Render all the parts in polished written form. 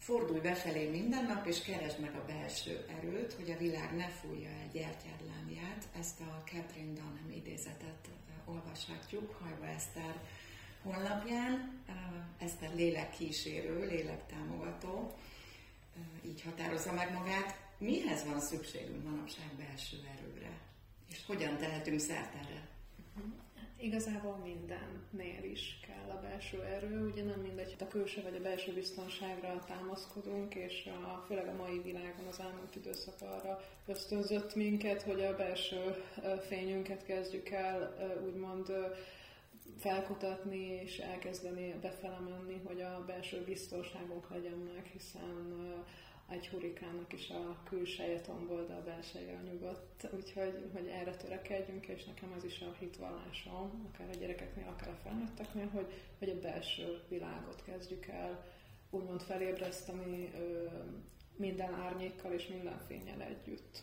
Fordulj befelé minden nap, és keresd meg a belső erőt, hogy a világ ne fújja el gyertyádlámját. Ezt a Catherine Dunham idézetet olvashatjuk Hajva Eszter honlapján. Eszter lélekkísérő, lélektámogató, így határozza meg magát. Mihez van szükségünk manapság belső erőre? És hogyan tehetünk szert erre? Igazából mindennél is kell a belső erő, ugye nem mindegy, a külső vagy a belső biztonságra támaszkodunk, és főleg a mai világon az elmúlt időszak arra ösztönzött minket, hogy a belső fényünket kezdjük el úgymond felkutatni, és elkezdeni befele menni, hogy a belső biztonságunk legyen meg, hiszen egy hurikánnak is a külseje tombol, de a belseje a nyugodt. Úgyhogy hogy erre törekedjünk, és nekem ez is a hitvallásom, akár a gyerekeknél, akár a felnőtteknél, hogy a belső világot kezdjük el úgymond felébreszteni minden árnyékkal és minden fénnyel együtt.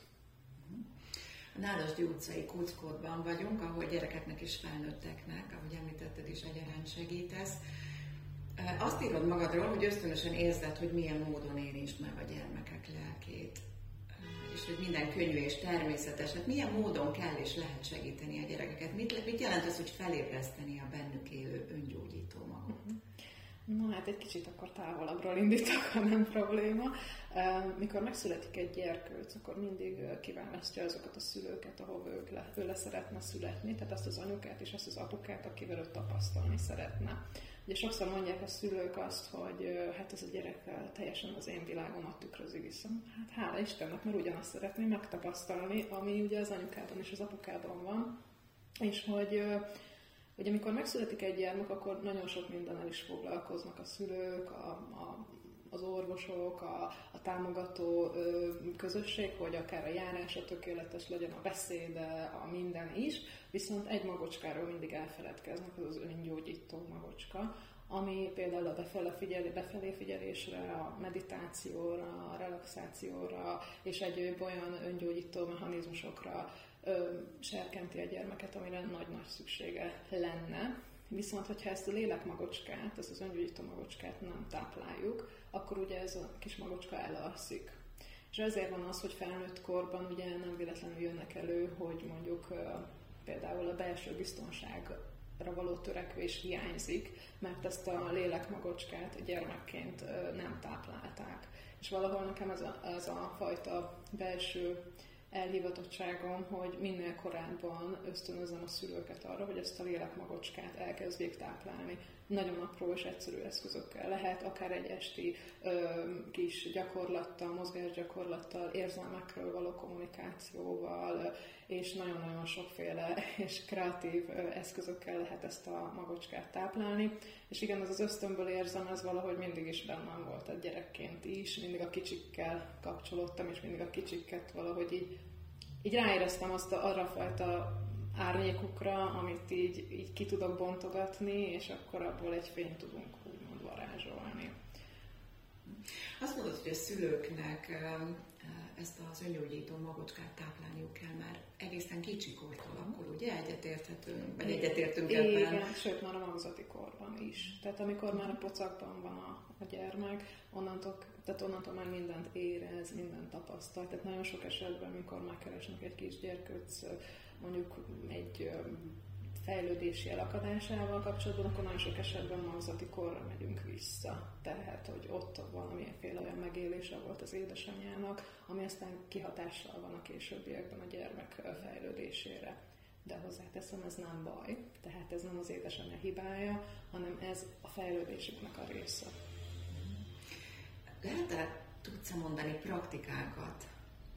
A Nádasdy utcai kuckódban vagyunk, ahol gyerekeknek és felnőtteknek, ahogy említetted is, egyaránt segítesz. Azt írod magadról, hogy ösztönösen érzed, hogy milyen módon érintsd meg a gyermekek lelkét, és hogy minden könnyű és természetes. Hát milyen módon kell és lehet segíteni a gyerekeket? Mit jelent az, hogy felébreszteni a bennük élő öngyógyító magot? No, hát egy kicsit akkor távolabbról indítok, ha nem probléma. Mikor megszületik egy gyerkőc, akkor mindig kiválasztja azokat a szülőket, ahova ő le szeretne születni, tehát azt az anyukát és azt az apukát, akivel ő tapasztalni szeretne. Ugye sokszor mondják a szülők azt, hogy hát ez a gyerek teljesen az én világomat tükrözi vissza. Hát hála Istennek, mert ugyanazt szeretném megtapasztalni, ami ugye az anyukában és az apukában van. És hogy amikor megszületik egy gyermek, akkor nagyon sok mindennel is foglalkoznak a szülők, az orvosok, a támogató közösség, hogy akár a járása tökéletes legyen, a beszéde, a minden is, viszont egy magocskáról mindig elfeledkeznek, az öngyógyító magocska, ami például a befelé figyelésre, a meditációra, a relaxációra és egyéb olyan öngyógyító mechanizmusokra serkenti a gyermeket, amire nagy-nagy szüksége lenne. Viszont, hogyha ezt a lélekmagocskát, ezt az öngyógyító magocskát nem tápláljuk, akkor ugye ez a kis magocska elalszik. És ezért van az, hogy felnőtt korban ugye nem véletlenül jönnek elő, hogy mondjuk például a belső biztonságra való törekvés hiányzik, mert ezt a lélekmagocskát gyermekként nem táplálták. És valahol nekem ez a fajta belső elhivatottságom, hogy minél korábban ösztönözzem a szülőket arra, hogy ezt a lélekmagocskát elkezdjék táplálni. Nagyon apró és egyszerű eszközökkel lehet, akár egy esti kis gyakorlattal, mozgásgyakorlattal, érzelmekről való kommunikációval, és nagyon-nagyon sokféle és kreatív eszközökkel lehet ezt a magocskát táplálni. És igen, ez az ösztönből érzem, ez valahogy mindig is bennem volt a gyerekként is, mindig a kicsikkel kapcsolódtam, és mindig a csikiket valahogy így ráéreztem arra a fajta árnyékukra, amit így ki tudok bontogatni, és akkor abból egy fényt tudunk úgymond varázsolni. Azt mondod, hogy a szülőknek ezt az öngyógyító magocskát táplálniuk kell már egészen kicsikortól, akkor ugye egyetérthetünk, vagy egyetértünk ebben? Igen, sőt már a magzati korban is. Tehát amikor már a pocakban van a gyermek, onnantól már mindent érez, mindent tapasztal. Tehát nagyon sok esetben, amikor már keresnek egy kisgyerkőc, mondjuk egy fejlődési elakadásával kapcsolatban, akkor nagyon sok esetben magzati korra megyünk vissza. Tehát, hogy ott valamilyenféle olyan megélése volt az édesanyjának, ami aztán kihatással van a későbbiekben a gyermek fejlődésére. De hozzáteszem, ez nem baj, tehát ez nem az édesanyja hibája, hanem ez a fejlődésüknek a része. Tudsz mondani praktikákat?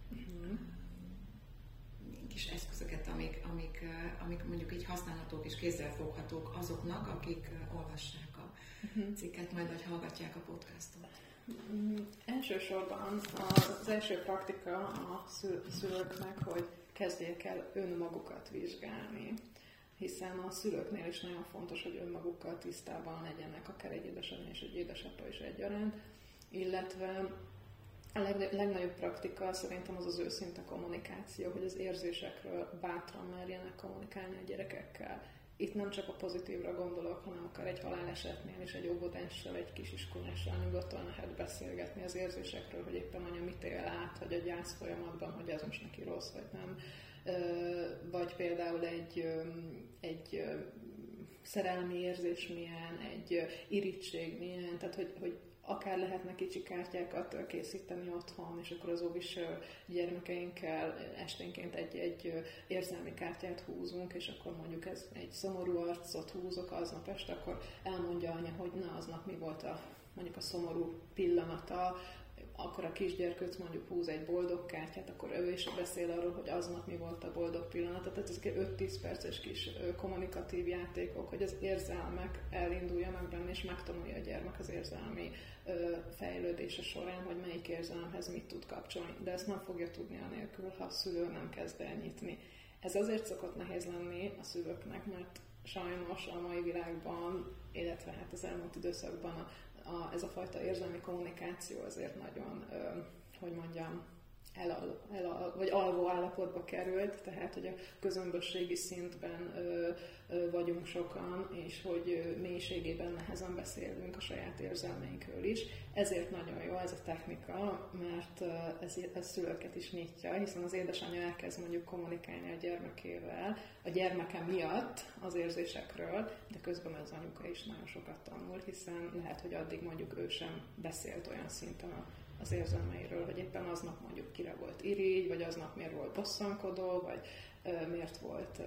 Kis eszközöket, amik mondjuk így használhatók és kézzelfoghatók azoknak, akik olvassák a cikket, majd vagy hallgatják a podcastot. Elsősorban az első praktika a szülőknek, hogy kezdjék el önmagukat vizsgálni, hiszen a szülőknél is nagyon fontos, hogy önmagukkal tisztában legyenek, akár egy édesanyja és egy édesapa is egyaránt, illetve a legnagyobb praktika szerintem az őszinte kommunikáció, hogy az érzésekről bátran merjenek kommunikálni a gyerekekkel. itt nem csak a pozitívra gondolok, hanem akár egy halálesetnél is egy óvodással, egy kisiskolással nyugodtan lehet beszélgetni az érzésekről, hogy éppen anya mit él át, hogy a gyász folyamatban, hogy ez most neki rossz, vagy nem. Vagy például egy szerelmi érzés milyen, egy irítség milyen, tehát hogy akár lehetne kicsi kártyákat készíteni otthon, és akkor az óvis gyermekeinkkel esténként egy érzelmi kártyát húzunk, és akkor mondjuk ez egy szomorú arcot húzok aznap este, akkor elmondja anya, hogy na, aznap mi volt mondjuk a szomorú pillanata, akkor a kisgyerkőc mondjuk húz egy boldog kártyát, akkor ő is beszél arról, hogy aznap mi volt a boldog pillanata. Tehát ezek 5-10 perces kis kommunikatív játékok, hogy az érzelmek elinduljanak benne, és megtanulja a gyermek az érzelmi fejlődése során, hogy melyik érzelemhez mit tud kapcsolni. De ezt nem fogja tudni anélkül, ha a szülő nem kezd el nyitni. Ez azért szokott nehéz lenni a szülőknek, mert sajnos a mai világban, illetve hát az elmúlt időszakban ez a fajta érzelmi kommunikáció azért nagyon, hogy mondjam, vagy alvó állapotba került, tehát hogy a közömbösségi szintben vagyunk sokan, és hogy mélységében nehezen beszélünk a saját érzelmeinkről is. Ezért nagyon jó ez a technika, mert ez szülőket is nyitja, hiszen az édesanyja elkezd mondjuk kommunikálni a gyermekével, a gyermeke miatt az érzésekről, de közben az anyuka is nagyon sokat tanul, hiszen lehet, hogy addig mondjuk ő sem beszélt olyan szinten az érzelmeiről, hogy éppen aznap mondjuk kire volt irigy, vagy aznap miért volt bosszankodó, vagy miért volt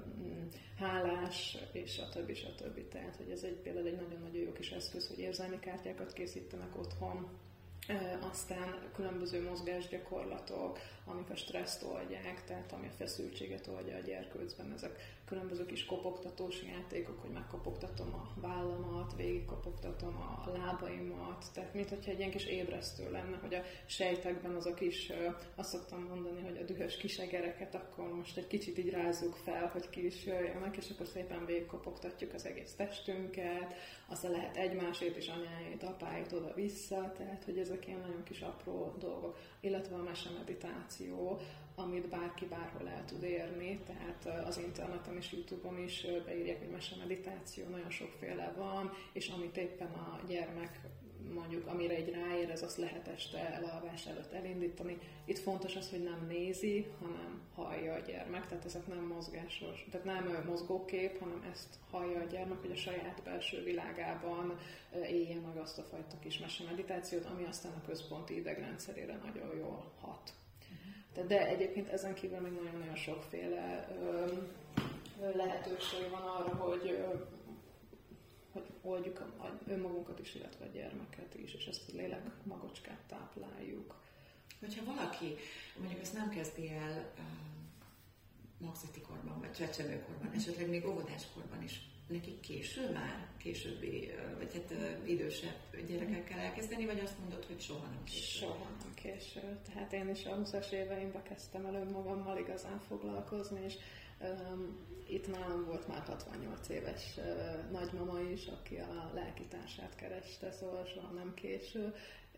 hálás, és a többi. Tehát, hogy ez például egy nagyon-nagyon jó kis eszköz, hogy érzelmi kártyákat készítenek otthon, aztán különböző mozgásgyakorlatok, amik a stresszt oldják, tehát ami a feszültséget oldja a gyerkőcben, ezek különböző kis kopogtatós játékok, hogy megkopogtatom a vállamat, végigkopogtatom a lábaimat, tehát mintha egy ilyen kis ébresztő lenne, hogy a sejtekben azok is, azt szoktam mondani, hogy a dühös kisegereket akkor most egy kicsit így rázzuk fel, hogy ki is jöjjenek, és akkor szépen végigkopogtatjuk az egész testünket, aztán lehet egymásét és anyáit, apáit oda-vissza, tehát hogy ezek ilyen nagyon kis apró dolgok, illetve a mesemeditáció, amit bárki bárhol el tud érni, tehát az interneten és YouTube-on is beírják, hogy mesemeditáció, nagyon sokféle van, és amit éppen a gyermek mondjuk, amire egy ráérez, azt lehet este elalvás előtt elindítani. Itt fontos az, hogy nem nézi, hanem hallja a gyermek, tehát ezek nem mozgásos, tehát nem mozgókép, hanem ezt hallja a gyermek, hogy a saját belső világában élje meg azt a fajta kis mesemeditációt, ami aztán a központi idegrendszerére nagyon jól hat. De egyébként ezen kívül még nagyon-nagyon sokféle lehetőség van arra, hogy oldjuk önmagunkat is, illetve a gyermeket is, és ezt a lélek magocskát tápláljuk. Hogyha valaki, mondjuk ezt nem kezdi el magzati korban, vagy csecsemőkorban, esetleg még óvodáskorban is, nekik késő már, későbbi, vagy hát idősebb gyerekekkel elkezdeni, vagy azt mondod, hogy soha nem késő? Soha nem késő. Tehát én is a 20-as éveimben kezdtem el önmagammal igazán foglalkozni, és itt nálam volt már 68 éves nagymama is, aki a lelkitársát kereste, szóval soha nem késő.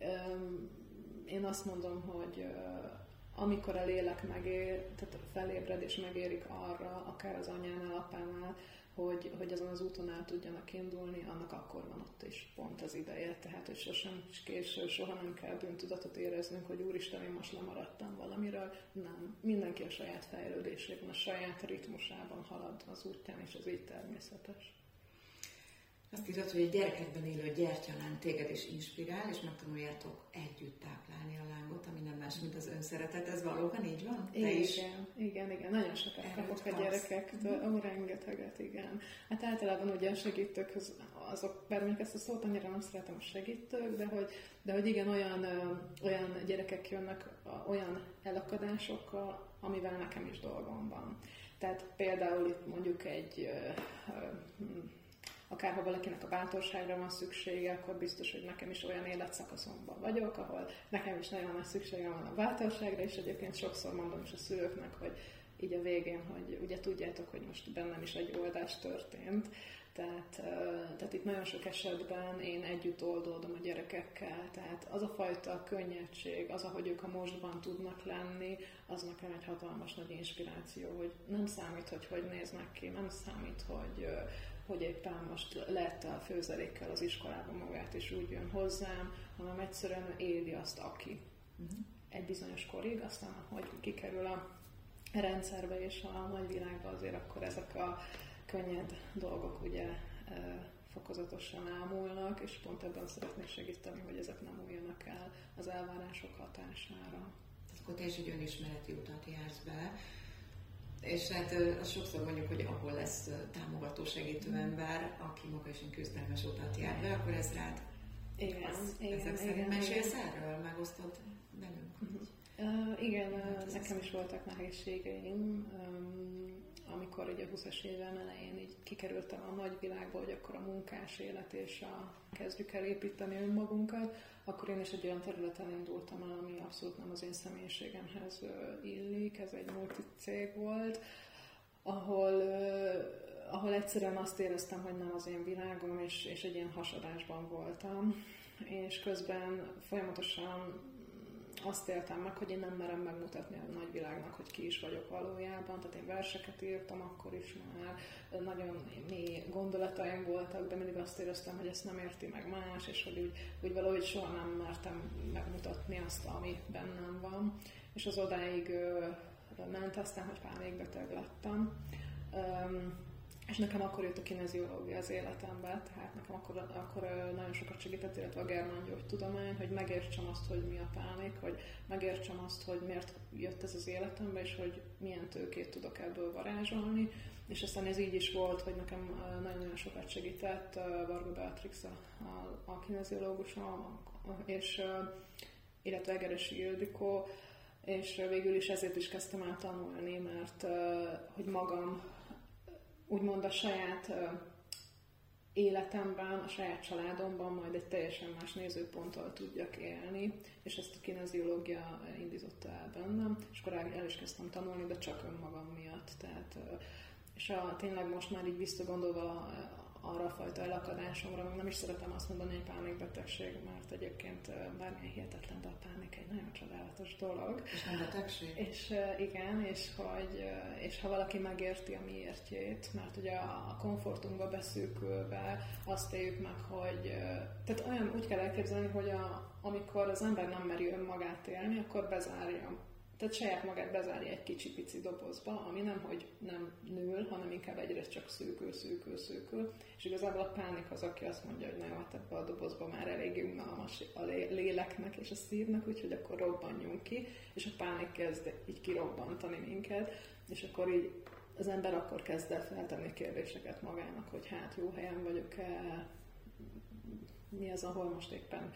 Én azt mondom, hogy amikor a lélek tehát felébred és megérik arra, akár az anyánál, apánál, hogy azon az úton el tudjanak indulni, annak akkor van ott is pont az ideje. Tehát, hogy sosem késő, soha nem kell bűntudatot éreznünk, hogy úristen, én most lemaradtam valamiről. Nem. Mindenki a saját fejlődésében, a saját ritmusában halad az útján, és ez így természetes. Azt írod, hogy a gyerekekben élő gyertyaláng téged is inspirál, és megtanuljátok együtt táplálni a lángot, ami nem más, mint az önszeretet. Ez valóban így van? Igen. Nagyon sokat kapok a gyerekektől. Rengeteget, igen. Hát általában ugye a segítőkhöz azok, bár mondjuk ezt a szót annyira nem szeretem, a segítők, de hogy igen, olyan gyerekek jönnek olyan elakadásokkal, amivel nekem is dolgom van. Tehát például itt mondjuk akárha valakinek a bátorságra van szüksége, akkor biztos, hogy nekem is olyan életszakaszomban vagyok, ahol nekem is nagyon nagy szükségem van a bátorságra, és egyébként sokszor mondom is a szülőknek, hogy így a végén, hogy ugye tudjátok, hogy most bennem is egy oldás történt, Tehát itt nagyon sok esetben én együtt oldódom a gyerekekkel, tehát az a fajta könnyedség, az, ahogy ők a mostban tudnak lenni, az nekem egy hatalmas nagy inspiráció, hogy nem számít, hogy néznek ki, nem számít, hogy éppen most lehette a főzelékkel az iskolában magát, és úgy jön hozzám, hanem egyszerűen éli azt, aki egy bizonyos korig, aztán, hogy kikerül a rendszerbe és a nagyvilágba, azért akkor ezek a könnyed dolgok ugye fokozatosan elmúlnak, és pont ebben szeretnék segíteni, hogy ezek nem múljanak el az elvárások hatására. Akkor te is egy önismereti utat jársz be, és hát azt sokszor mondjuk, hogy ahol lesz támogató, segítő ember, aki maga is egy küzdelmes utat jár be, akkor ez rád. Ezek szerint mesélsz erről? Megosztod velünk? Igen, nekem is voltak nehézségeim, amikor ugye a 20-as évem elején így kikerültem a nagyvilágba, hogy akkor a munkás élet és kezdjük el építeni önmagunkat, akkor én is egy olyan területen indultam el, ami abszolút nem az én személyiségemhez illik. Ez egy multicég volt, ahol egyszerűen azt éreztem, hogy nem az én világom, és egy ilyen hasadásban voltam. És közben folyamatosan azt éltem meg, hogy én nem merem megmutatni a nagyvilágnak, hogy ki is vagyok valójában. Tehát én verseket írtam akkor is már, nagyon mély gondolataim voltak, de mindig azt éreztem, hogy ezt nem érti meg más, és hogy úgy valahogy soha nem mertem megmutatni azt, ami bennem van. És az odáig ment aztán, hogy pánikbeteg lettem. És nekem akkor jött a kineziológia az életembe, tehát nekem akkor nagyon sokat segített, illetve a germán gyógytudomány, hogy megértsem azt, hogy mi a pánik, hogy megértsem azt, hogy miért jött ez az életembe, és hogy milyen tőkét tudok ebből varázsolni. És aztán ez így is volt, hogy nekem nagyon-nagyon sokat segített Varga Beatrix, a kineziológusom, és illetve Egeresi Ildikó, és végül is ezért is kezdtem el tanulni, mert hogy magam úgymond a saját életemben, a saját családomban majd egy teljesen más nézőponttal tudjak élni, és ezt a kineziológia indította el bennem, és akkor el is kezdtem tanulni, de csak önmagam miatt. Tehát, és tényleg most már így visszagondolva arra a fajta elakadásomra, meg nem is szeretem azt mondani, hogy pánikbetegség, mert egyébként bármilyen hihetetlen, de a pánik egy nagyon csodálatos dolog. És nem betegség? És igen, és ha valaki megérti a miértjét, mert ugye a komfortunkba beszűkülve azt éljük meg, hogy tehát olyan úgy kell elképzelni, hogy amikor az ember nem meri önmagát élni, akkor bezárja. Tehát saját magát bezárja egy kicsi-pici dobozba, ami nemhogy nem nő, hanem inkább egyre csak szűkül. És igazából a pánik az, aki azt mondja, hogy na jó, hát ebbe a dobozba már eléggé unalmas a léleknek és a szívnek, úgyhogy akkor robbanjunk ki, és a pánik kezd így kirobbantani minket, és akkor így az ember akkor kezd el feltenni kérdéseket magának, hogy hát jó helyen vagyok-e, mi az, ahol most éppen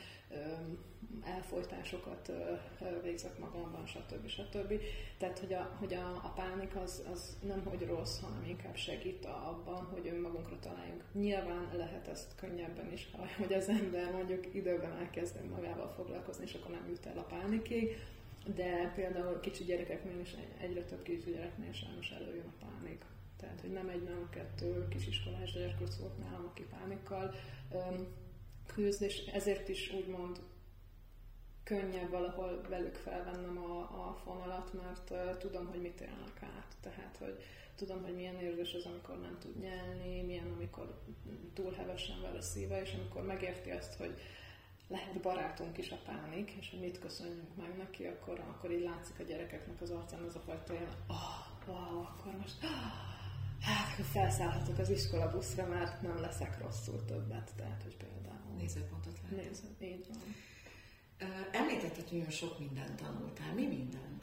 elfojtásokat végzek magamban, stb. Tehát, hogy a pánik az nem hogy rossz, hanem inkább segít abban, hogy önmagunkra találjunk. Nyilván lehet ezt könnyebben is, hogy az ember mondjuk időben elkezd magával foglalkozni, és akkor nem jut el a pánikig, de például kicsi gyerekeknél is egyre több kicsi gyereknél sajnos előjön a pánik. Tehát, hogy nem egy, nem kettő kisiskolás gyerkőc volt nálam, aki pánikkal küzd, és ezért is úgymond könnyebb valahol velük felvennem a fonalat, mert tudom, hogy mit élnek át. Tehát, hogy tudom, hogy milyen érzés az, amikor nem tud nyelni, milyen, amikor túl hevesen vele szíve, és amikor megérti azt, hogy lehet barátunk is a pánik, és hogy mit köszönjünk meg neki, akkor így látszik a gyerekeknek az arcán az a fajta ilyen, wow, akkor most hát felszállhatok az iskola buszra, mert nem leszek rosszul többet. Tehát, hogy például nézőpontot lehet. Így van. Említetted, hogy nagyon sok mindent tanultál. Mi mindent?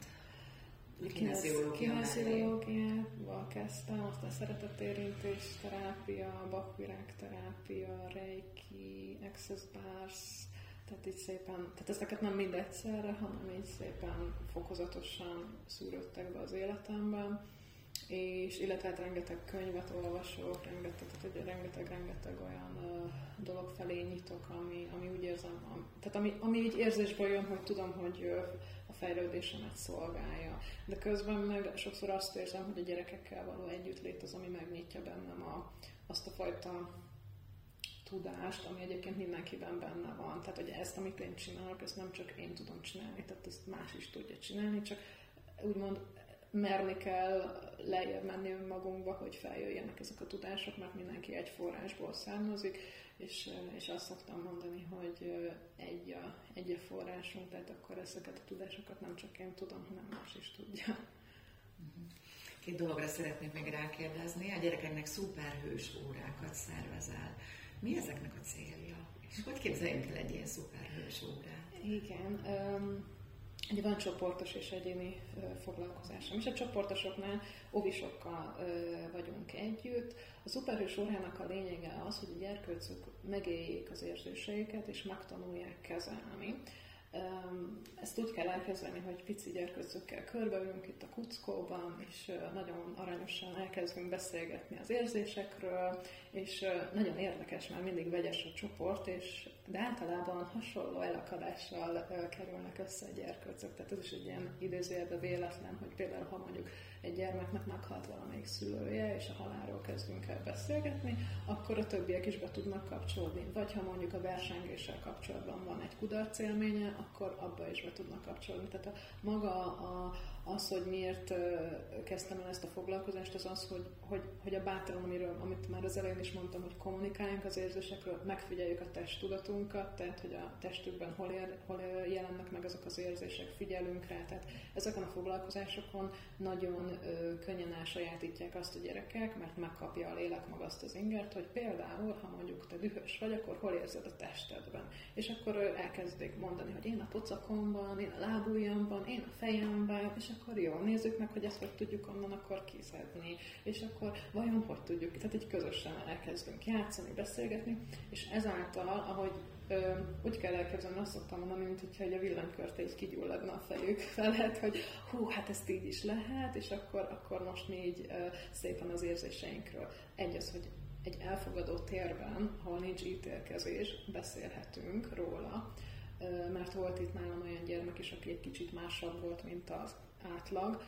Kineziológiával kezdtem, aztán szeretetérintés terápia, bakvirágterápia, reiki, access bars, tehát így szépen, tehát ezeket nem mind egyszerre, hanem így szépen fokozatosan szűrődtek be az életemben, és illetve hát rengeteg könyvet olvasok, rengeteg olyan dolog felé nyitok, ami úgy érzem, tehát ami így érzésből jön, hogy tudom, hogy a fejlődésemet szolgálja. De közben meg sokszor azt érzem, hogy a gyerekekkel való együttlét az, ami megnyitja bennem azt a fajta tudást, ami egyébként mindenkiben benne van. Tehát, hogy ezt, amit én csinálok, ezt nem csak én tudom csinálni, tehát ezt más is tudja csinálni, csak úgymond merni kell lejjebb menni önmagunkba, hogy feljöjjenek ezek a tudások, mert mindenki egy forrásból származik, és azt szoktam mondani, hogy egy a forrásunk, tehát akkor ezeket a tudásokat nem csak én tudom, hanem más is tudja. Két dologra szeretnék még rákérdezni. A gyerekeknek szuperhős órákat szervezel. Mi ezeknek a célja? És hogy képzeljünk el egy ilyen szuperhős órát? Igen. Ugye van csoportos és egyéni foglalkozásom, és a csoportosoknál óvisokkal vagyunk együtt. A szuperhős órának a lényege az, hogy a gyerkőcök megéljék az érzéseiket, és megtanulják kezelni. Ezt úgy kell elkezdeni, hogy pici gyerkőcökkel körbeülünk itt a kuckóban, és nagyon aranyosan elkezdünk beszélgetni az érzésekről, és nagyon érdekes, mert mindig vegyes a csoport, de általában hasonló elakadással kerülnek össze a gyerkőcök. Tehát ez is egy ilyen idézőjelben véletlen, hogy például ha mondjuk egy gyermeknek meghalt valamelyik szülője, és a halálról kezdünk el beszélgetni, akkor a többiek is be tudnak kapcsolódni. Vagy ha mondjuk a versengéssel kapcsolatban van egy kudarc élménye, akkor abba is be tudnak kapcsolódni. Tehát az, hogy miért kezdtem el ezt a foglalkozást, az, hogy a bátran, amit már az elején is mondtam, hogy kommunikáljunk az érzésekről, megfigyeljük a testtudatunkat, tehát hogy a testükben hol jelennek meg azok az érzések, figyelünk rá. Tehát ezeken a foglalkozásokon nagyon könnyen elsajátítják azt a gyerekek, mert megkapja a lélek maga azt az ingert, hogy például, ha mondjuk te dühös vagy, akkor hol érzed a testedben. És akkor elkezdik mondani, hogy én a pocakomban, én a lábujjamban, én a fejemben, és akkor jó, nézzük meg, hogy ezt hogy tudjuk onnan akkor kiszedni, és akkor vajon hogy tudjuk, tehát így közösen elkezdünk játszani, beszélgetni, és ezáltal, ahogy úgy kell elképzelni, azt szoktam mondani, mint hogyha a villanykörte így kigyulladna a fejük felett, hogy hát ezt így is lehet, és akkor most mi így szépen az érzéseinkről. Az, hogy egy elfogadó térben, ahol nincs ítélkezés, beszélhetünk róla, mert volt itt nálam olyan gyermek is, aki egy kicsit másabb volt, mint az átlag,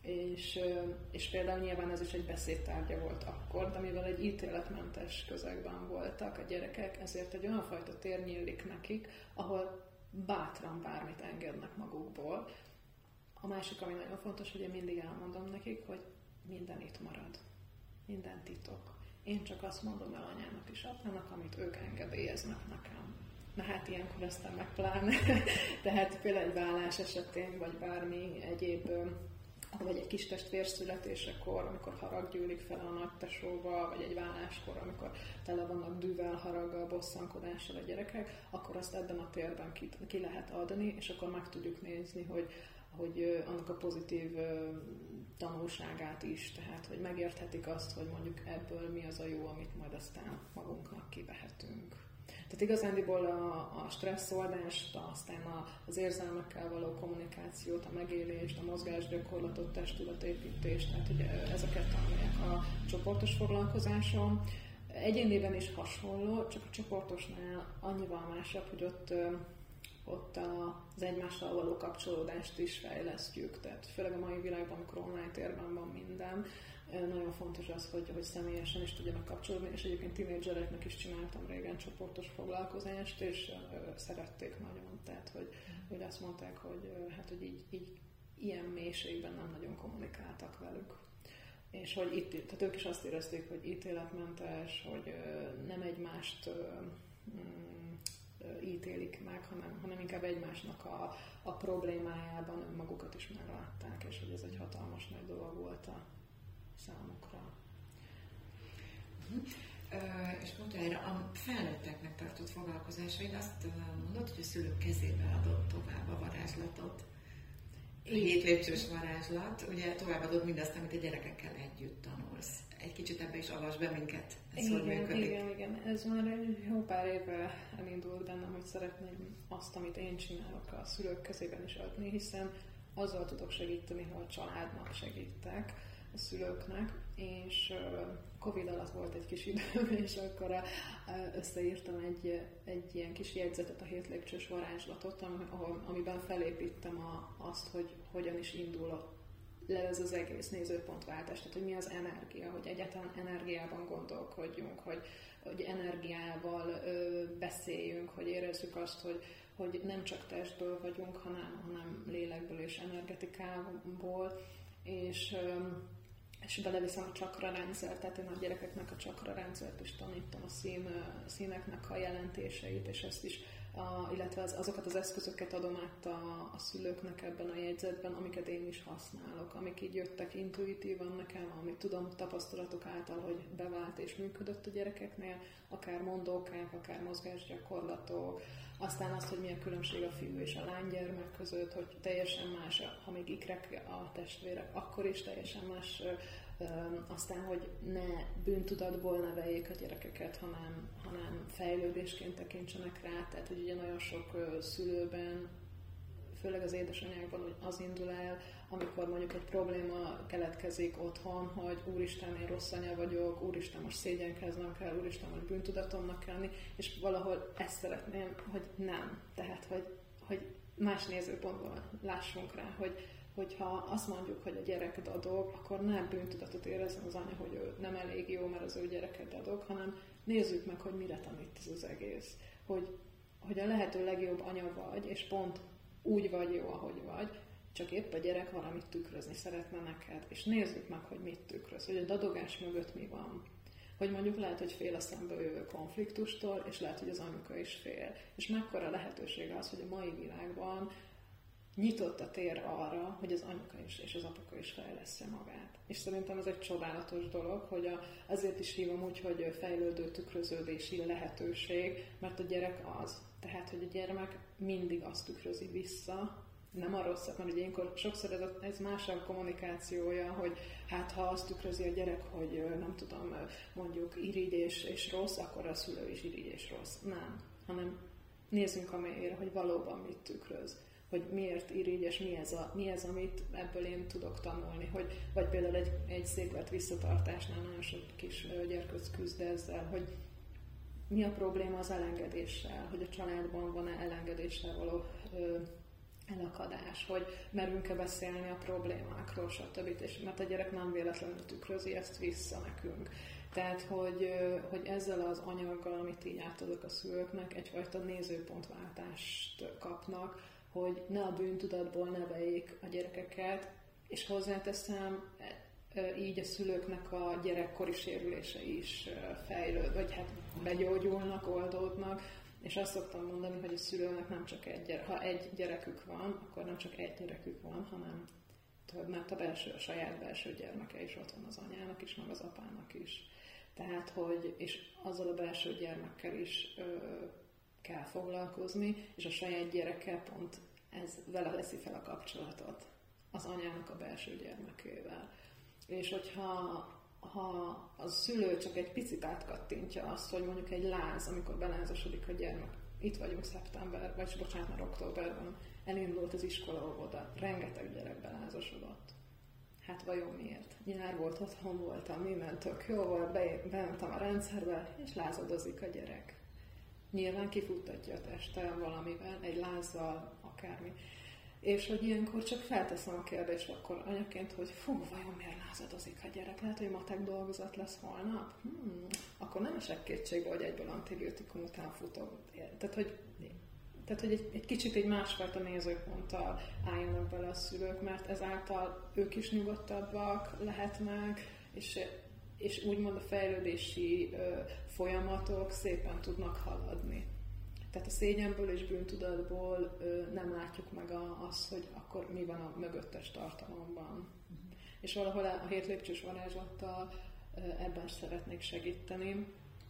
és például nyilván ez is egy beszédtárgya volt akkor, de mivel egy ítéletmentes közegben voltak a gyerekek, ezért egy olyan fajta tér nyílik nekik, ahol bátran bármit engednek magukból. A másik, ami nagyon fontos, hogy én mindig elmondom nekik, hogy minden itt marad. Minden titok. Én csak azt mondom el anyának és apának, amit ők engedélyeznek nekem. Na hát ilyenkor aztán meg pláne. Tehát például egy vállás esetén, vagy bármi egyéb, vagy egy kis testvér születésekor, amikor harag gyűlik fel a nagytesóba, vagy egy válláskor, amikor tele vannak dűvel, haraggal, bosszankodással a gyerekek, akkor azt ebben a térben ki lehet adni, és akkor meg tudjuk nézni, hogy annak a pozitív tanulságát is, tehát hogy megérthetik azt, hogy mondjuk ebből mi az a jó, amit majd aztán magunknak kivehetünk. Tehát igazándiból a stresszoldást, aztán az érzelmekkel való kommunikációt, a megélést, a mozgásgyakorlatot, testtudatépítést, tehát hogy ezeket tanulják a csoportos foglalkozáson. Egyéniben is hasonló, csak a csoportosnál annyival másabb, hogy ott az egymással való kapcsolódást is fejlesztjük, tehát főleg a mai világban, amikor online térben van minden, nagyon fontos az, hogy személyesen is tudjanak kapcsolódni, és egyébként tínédzsereknek is csináltam régen csoportos foglalkozást, és szerették nagyon, tehát hogy azt mondták, hogy így ilyen mélységben nem nagyon kommunikáltak velük. És hogy tehát ők is azt érezték, hogy ítéletmentes, hogy nem egymást ítélik meg, hanem inkább egymásnak a problémájában önmagukat is meglátták, és hogy ez egy hatalmas nagy dolog volt a számukra. És pont erre a felnőtteknek tartott foglalkozásaid azt mondod, hogy a szülők kezébe adott tovább a varázslatot. 7 lépcsős varázslat, ugye továbbadod mindazt, amit a gyerekekkel együtt tanulsz. Egy kicsit ebbe is avasd be minket, ez hogy működik. Igen. Ez már egy jó pár éve elindult bennem, hogy szeretném azt, amit én csinálok, a szülők kezében is adni, hiszen azzal tudok segíteni, ha a családnak segítek. a szülőknek, és Covid alatt volt egy kis időm, és akkor összeírtam egy ilyen kis jegyzetet, a 7 lépcsős varázslatot, amiben felépítem azt, hogy hogyan is indul le ez az egész nézőpontváltás, tehát hogy mi az energia, hogy egyáltalán energiában gondolkodjunk, hogy energiával beszéljünk, hogy érezzük azt, hogy nem csak testből vagyunk, hanem lélekből és energetikából, és beleviszem a csakrarendszert, tehát én a gyerekeknek a csakrarendszert is tanítom, a színeknek a jelentéseit, és ezt is, illetve azokat az eszközöket adom át a szülőknek ebben a jegyzetben, amiket én is használok, amik így jöttek intuitívan nekem, amit tudom tapasztalatok által, hogy bevált és működött a gyerekeknél, akár mondókák, akár mozgásgyakorlatok, aztán azt, hogy mi a különbség a fiú és a lánygyermek között, hogy teljesen más, ha még ikrek a testvérek, akkor is teljesen más, aztán, hogy ne bűntudatból neveljék a gyerekeket, hanem fejlődésként tekintsenek rá, tehát hogy ugye nagyon sok szülőben, főleg az édesanyákban, hogy az indul el, amikor mondjuk egy probléma keletkezik otthon, hogy úristen, én rossz anya vagyok, úristen, most szégyenkeznem kell, úristen, most bűntudatomnak kell lenni, és valahol ezt szeretném, hogy nem. Tehát, hogy más nézőpontból lássunk rá, hogyha azt mondjuk, hogy a gyerek dadog, akkor nem bűntudatot érezzen az anya, hogy ő nem elég jó, mert az ő gyereke dadog, hanem nézzük meg, hogy mire tanít ez az egész. Hogy a lehető legjobb anya vagy, és pont úgy vagy jó, ahogy vagy, csak épp a gyerek valamit tükrözni szeretne neked, és nézzük meg, hogy mit tükröz, hogy a dadogás mögött mi van. Hogy mondjuk lehet, hogy fél a szemből jövő konfliktustól, és lehet, hogy az anyuka is fél. És mekkora lehetőség az, hogy a mai világban nyitott a tér arra, hogy az anyuka is és az apuka is fejlessze magát. És szerintem ez egy csodálatos dolog, hogy azért is hívom úgy, hogy fejlődő tükröződési lehetőség, mert a gyerek az. Tehát, hogy a gyermek mindig azt tükrözi vissza, nem a rosszat, mert ugye ilyenkor sokszor ez más a kommunikációja, hogy hát ha azt tükrözi a gyerek, hogy nem tudom, mondjuk irigy és rossz, akkor a szülő is irigy és rossz. Nem, hanem nézzünk a mélyére, hogy valóban mit tükröz, hogy miért irigy, és mi ez, amit ebből én tudok tanulni. Vagy például egy széklet visszatartásnál nagyon sok kis gyerkőc küzd ezzel, hogy mi a probléma az elengedéssel, hogy a családban van-e elengedéssel való elakadás, hogy merünk-e beszélni a problémákról, stb. Mert a gyerek nem véletlenül tükrözi ezt vissza nekünk. Tehát, hogy ezzel az anyaggal, amit így átadok a szülőknek, egyfajta nézőpontváltást kapnak, hogy ne a bűntudatból neveljék a gyerekeket, és hozzáteszem, így a szülőknek a gyerekkori sérülései is fejlőd, vagy hát begyógyulnak, oldódnak, és azt szoktam mondani, hogy a szülőnek nem csak ha egy gyerekük van, akkor nem csak egy gyerekük van, hanem több, mert a saját belső gyermeke is ott van az anyának is, meg az apának is. Tehát, és azzal a belső gyermekkel is kell foglalkozni, és a saját gyereke pont vele veszi fel a kapcsolatot az anyának a belső gyermekével. És hogyha a szülő csak egy picit átkattintja azt, hogy mondjuk egy láz, amikor belázasodik a gyermek, itt vagyunk szeptember, már októberben, elindult az iskola, óvoda, rengeteg gyerek belázasodott. Hát vajon miért? Nyár volt, otthon voltam, minden tök jó volt, bementem a rendszerbe, és lázadozik a gyerek. Nyilván kifuttatja a teste valamivel, egy lázzal, akármi. És hogy ilyenkor csak felteszem a kérdést akkor anyaként, hogy vajon miért lázadozik a gyerek? Lehet, hogy matek dolgozat lesz holnap? Akkor nem esek kétségbe, hogy egyből antibiotikum után futom. Tehát, hogy egy kicsit egy másfajta nézőponttal álljanak bele a szülők, mert ezáltal ők is nyugodtabbak lehetnek, és úgymond a fejlődési folyamatok szépen tudnak haladni. Tehát a szégyenből és bűntudatból nem látjuk meg azt, hogy akkor mi van a mögöttes tartalomban. És valahol a 7 lépcsős varázslattal ebben szeretnék segíteni,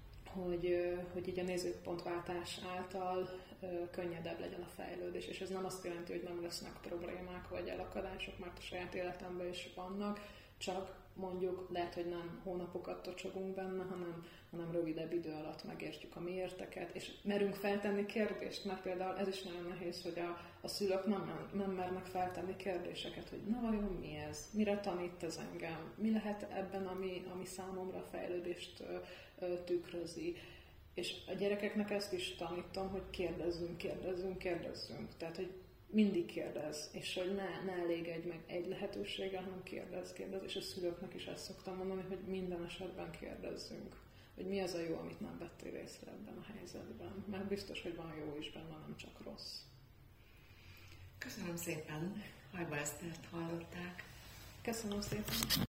hogy így a nézőpontváltás által könnyedebb legyen a fejlődés. És ez nem azt jelenti, hogy nem lesznek problémák vagy elakadások, mert a saját életemben is vannak, csak mondjuk, lehet, hogy nem hónapokat tocsogunk benne, hanem rövidebb idő alatt megértjük a miérteket, és merünk feltenni kérdést, mert például ez is nagyon nehéz, hogy a szülők nem mernek feltenni kérdéseket, hogy na vajon mi ez, mire tanít ez engem, mi lehet ebben, ami számomra a fejlődést tükrözi. És a gyerekeknek ezt is tanítom, hogy kérdezzünk. Tehát, hogy mindig kérdez, és hogy ne elégedj meg egy lehetőséggel, hanem kérdez. És a szülőknek is ezt szoktam mondani, hogy minden esetben kérdezzünk. Hogy mi az a jó, amit nem vettél észre ebben a helyzetben. Mert biztos, hogy van jó is benne, nem csak rossz. Köszönöm szépen, Hajba Esztert hallották. Köszönöm szépen.